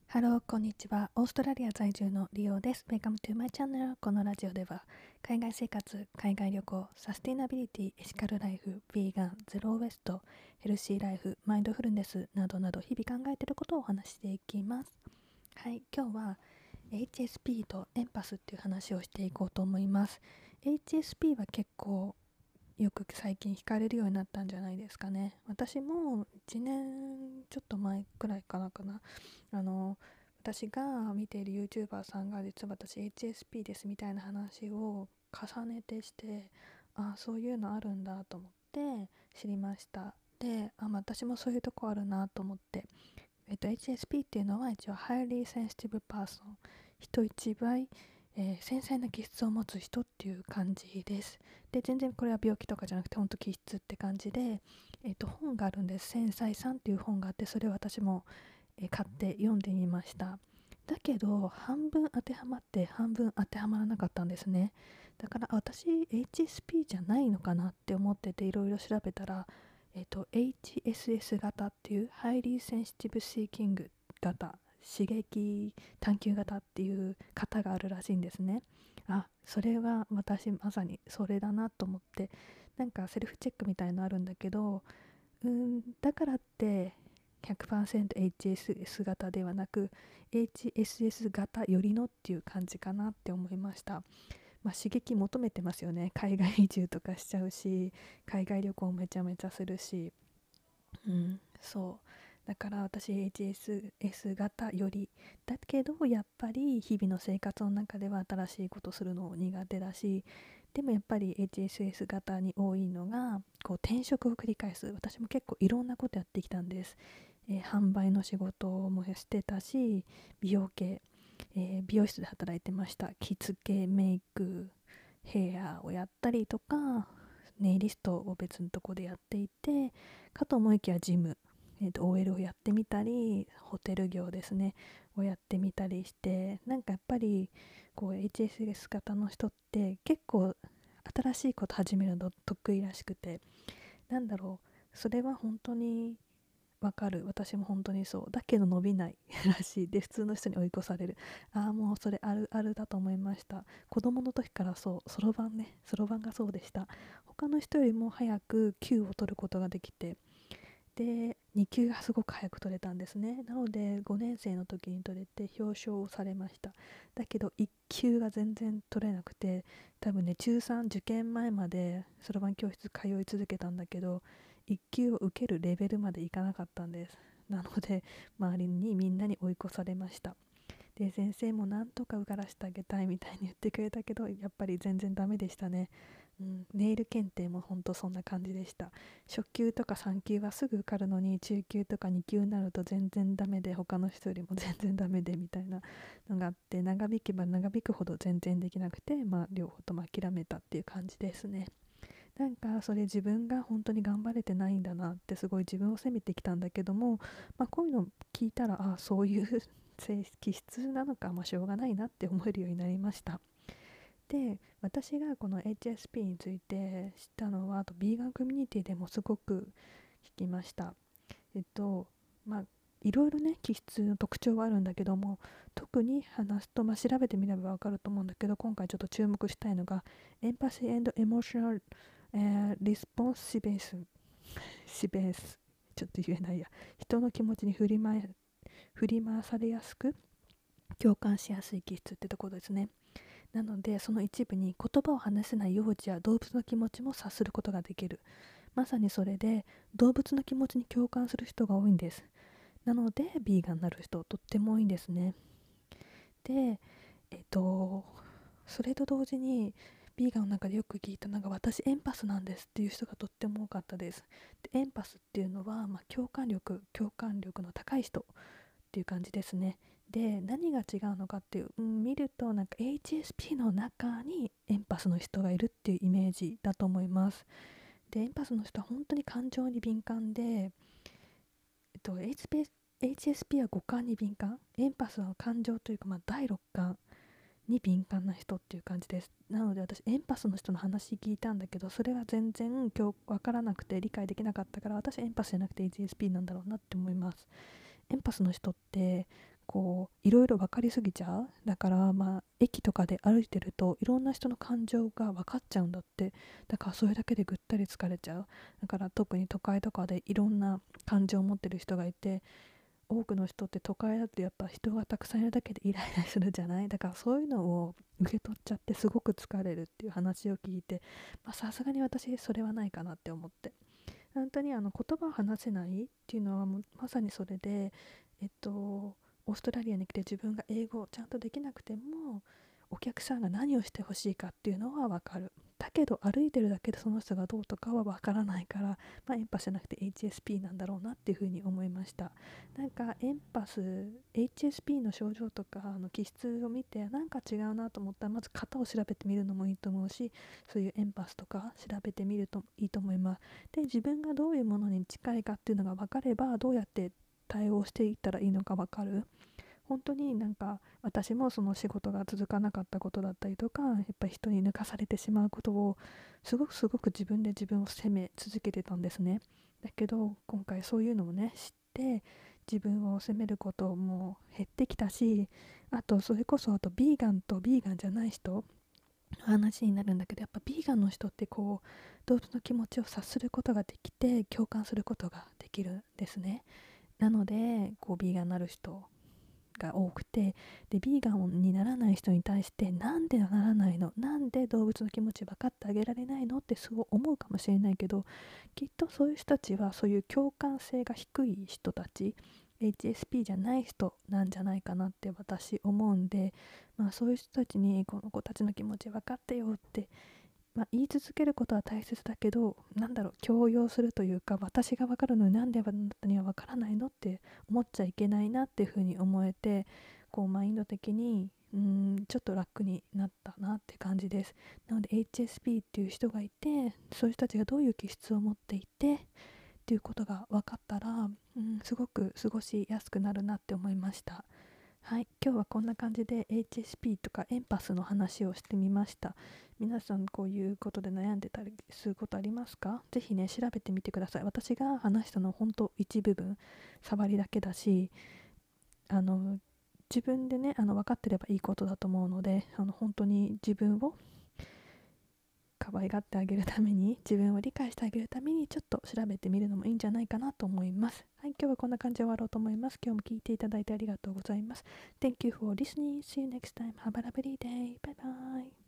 ハロー、こんにちは。オーストラリア在住のリオです。Welcome to my channel。このラジオでは、海外生活、海外旅行、サスティナビリティ、エシカルライフ、ヴィーガン、ゼロウエスト、ヘルシーライフ、マインドフルネスなどなど日々考えていることをお話ししていきます。はい、今日は HSP とエンパスっていう話をしていこうと思います。HSP は結構よく最近惹かれるようになったんじゃないですかね。私も1年ちょっと前くらいかな。私が見ている YouTuber さんが実は私 HSP ですみたいな話を重ねてして、そういうのあるんだと思って知りました。で、私もそういうとこあるなと思って、HSP っていうのは一応 Highly Sensitive Person、 人一倍、繊細な気質を持つ人っていう感じです。で、全然これは病気とかじゃなくて本当気質って感じで、本があるんです。繊細さんっていう本があって、それを私も、買って読んでみました。だけど半分当てはまって半分当てはまらなかったんですね。だから私 HSP じゃないのかなって思ってて、いろいろ調べたら、HSS 型っていう Highly Sensitive Seeking 型、刺激探求型っていう型があるらしいんですね。それは私まさにそれだなと思って、なんかセルフチェックみたいのあるんだけど、だからって100% HSS 型ではなく HSS 型よりのっていう感じかなって思いました。刺激求めてますよね。海外移住とかしちゃうし、海外旅行めちゃめちゃするし、そうだから私 HSS 型よりだけど、やっぱり日々の生活の中では新しいことするの苦手だし、でもやっぱり HSS 型に多いのがこう転職を繰り返す。私も結構いろんなことやってきたんです。販売の仕事もしてたし、美容系、美容室で働いてました。着付け、メイク、ヘアをやったりとか、ネイリストを別のとこでやっていて、かと思いきやジム、OL をやってみたり、ホテル業ですねをやってみたりして、なんかやっぱりこう HSS 型の人って結構新しいこと始めるの得意らしくて、なんだろう、それは本当にわかる。私も本当にそうだけど伸びないらしいで、普通の人に追い越される。もうそれあるあるだと思いました。子供の時からそう、そろばんがそうでした。他の人よりも早く級を取ることができて、で2級がすごく早く取れたんですね。なので5年生の時に取れて表彰をされました。だけど1級が全然取れなくて、多分ね中3受験前までそろばん教室通い続けたんだけど、1級を受けるレベルまでいかなかったんです。なので周りにみんなに追い越されました。で、先生もなんとか受からしてあげたいみたいに言ってくれたけど、やっぱり全然ダメでしたね。ネイル検定もほんとそんな感じでした。初級とか3級はすぐ受かるのに、中級とか2級になると全然ダメで、他の人よりも全然ダメでみたいなのがあって、長引けば長引くほど全然できなくて、両方とも諦めたっていう感じですね。なんかそれ自分が本当に頑張れてないんだなってすごい自分を責めてきたんだけども、こういうの聞いたら、そういう気質なのか、しょうがないなって思えるようになりました。で、私がこの HSP について知ったのは、あとビーガンコミュニティでもすごく聞きました。えっとまあいろいろね気質の特徴はあるんだけども、特に話すと、調べてみればわかると思うんだけど、今回ちょっと注目したいのがエンパシーエモーショナル、リスポンシベースちょっと言えないや、人の気持ちに振り回されやすく共感しやすい気質ってところですね。なのでその一部に言葉を話せない幼児や動物の気持ちも察することができる。まさにそれで、動物の気持ちに共感する人が多いんです。なのでビーガンになる人とっても多いんですね。で、それと同時にビーガンの中でよく聞いたのが、私エンパスなんですっていう人がとっても多かったです。で、エンパスっていうのは、共感力の高い人っていう感じですね。で、何が違うのかっていう、見るとなんか HSP の中にエンパスの人がいるっていうイメージだと思います。で、エンパスの人は本当に感情に敏感で、HSP は五感に敏感、エンパスは感情というか、第六感に敏感な人っていう感じです。なので私エンパスの人の話聞いたんだけど、それが全然今日分からなくて理解できなかったから、私エンパスじゃなくて HSP なんだろうなって思います。エンパスの人ってこういろいろ分かりすぎちゃう。だからまあ駅とかで歩いてるといろんな人の感情が分かっちゃうんだって。だからそれだけでぐったり疲れちゃう。だから特に都会とかでいろんな感情を持ってる人がいて、多くの人って都会だとやっぱ人がたくさんいるだけでイライラするじゃない。だからそういうのを受け取っちゃってすごく疲れるっていう話を聞いて、さすがに私それはないかなって思って、本当に言葉を話せないっていうのはもうまさにそれで、オーストラリアに来て自分が英語をちゃんとできなくてもお客さんが何をしてほしいかっていうのは分かる。だけど歩いてるだけでその人がどうとかは分からないから、エンパスじゃなくて HSP なんだろうなっていうふうに思いました。なんかエンパス HSP の症状とか気質を見てなんか違うなと思ったら、まず型を調べてみるのもいいと思うし、そういうエンパスとか調べてみるといいと思います。で、自分がどういうものに近いかっていうのが分かれば、どうやって対応していったらいいのか分かる。本当になんか私もその仕事が続かなかったことだったりとか、やっぱり人に抜かされてしまうことをすごく自分で自分を責め続けてたんですね。だけど今回そういうのをね知って、自分を責めることも減ってきたし、あとそれこそビーガンとビーガンじゃない人の話になるんだけど、やっぱビーガンの人ってこう動物の気持ちを察することができて共感することができるんですね。なのでこうビーガンになる人が多くて、でビーガンにならない人に対してなんでならないの、なんで動物の気持ち分かってあげられないのってすごい思うかもしれないけど、きっとそういう人たちはそういう共感性が低い人たち、 HSP じゃない人なんじゃないかなって私思うんで、そういう人たちにこの子たちの気持ち分かってよって言い続けることは大切だけど、強要するというか、私が分かるのになんであなたには分からないのって思っちゃいけないなっていうふうに思えて、こうマインド的にちょっと楽になったなって感じです。なので HSP っていう人がいて、そういう人たちがどういう気質を持っていてっていうことが分かったら、すごく過ごしやすくなるなって思いました。はい、今日はこんな感じで HSP とかエンパスの話をしてみました。皆さんこういうことで悩んでたりすることありますか？ぜひね調べてみてください。私が話したの本当一部分、触りだけだし、あの自分でね分かってればいいことだと思うので、本当に自分を可愛がってあげるために、自分を理解してあげるためにちょっと調べてみるのもいいんじゃないかなと思います。はい、今日はこんな感じで終わろうと思います。今日も聞いていただいてありがとうございます。Thank you for listening. See you next time. Have a lovely day. Bye bye.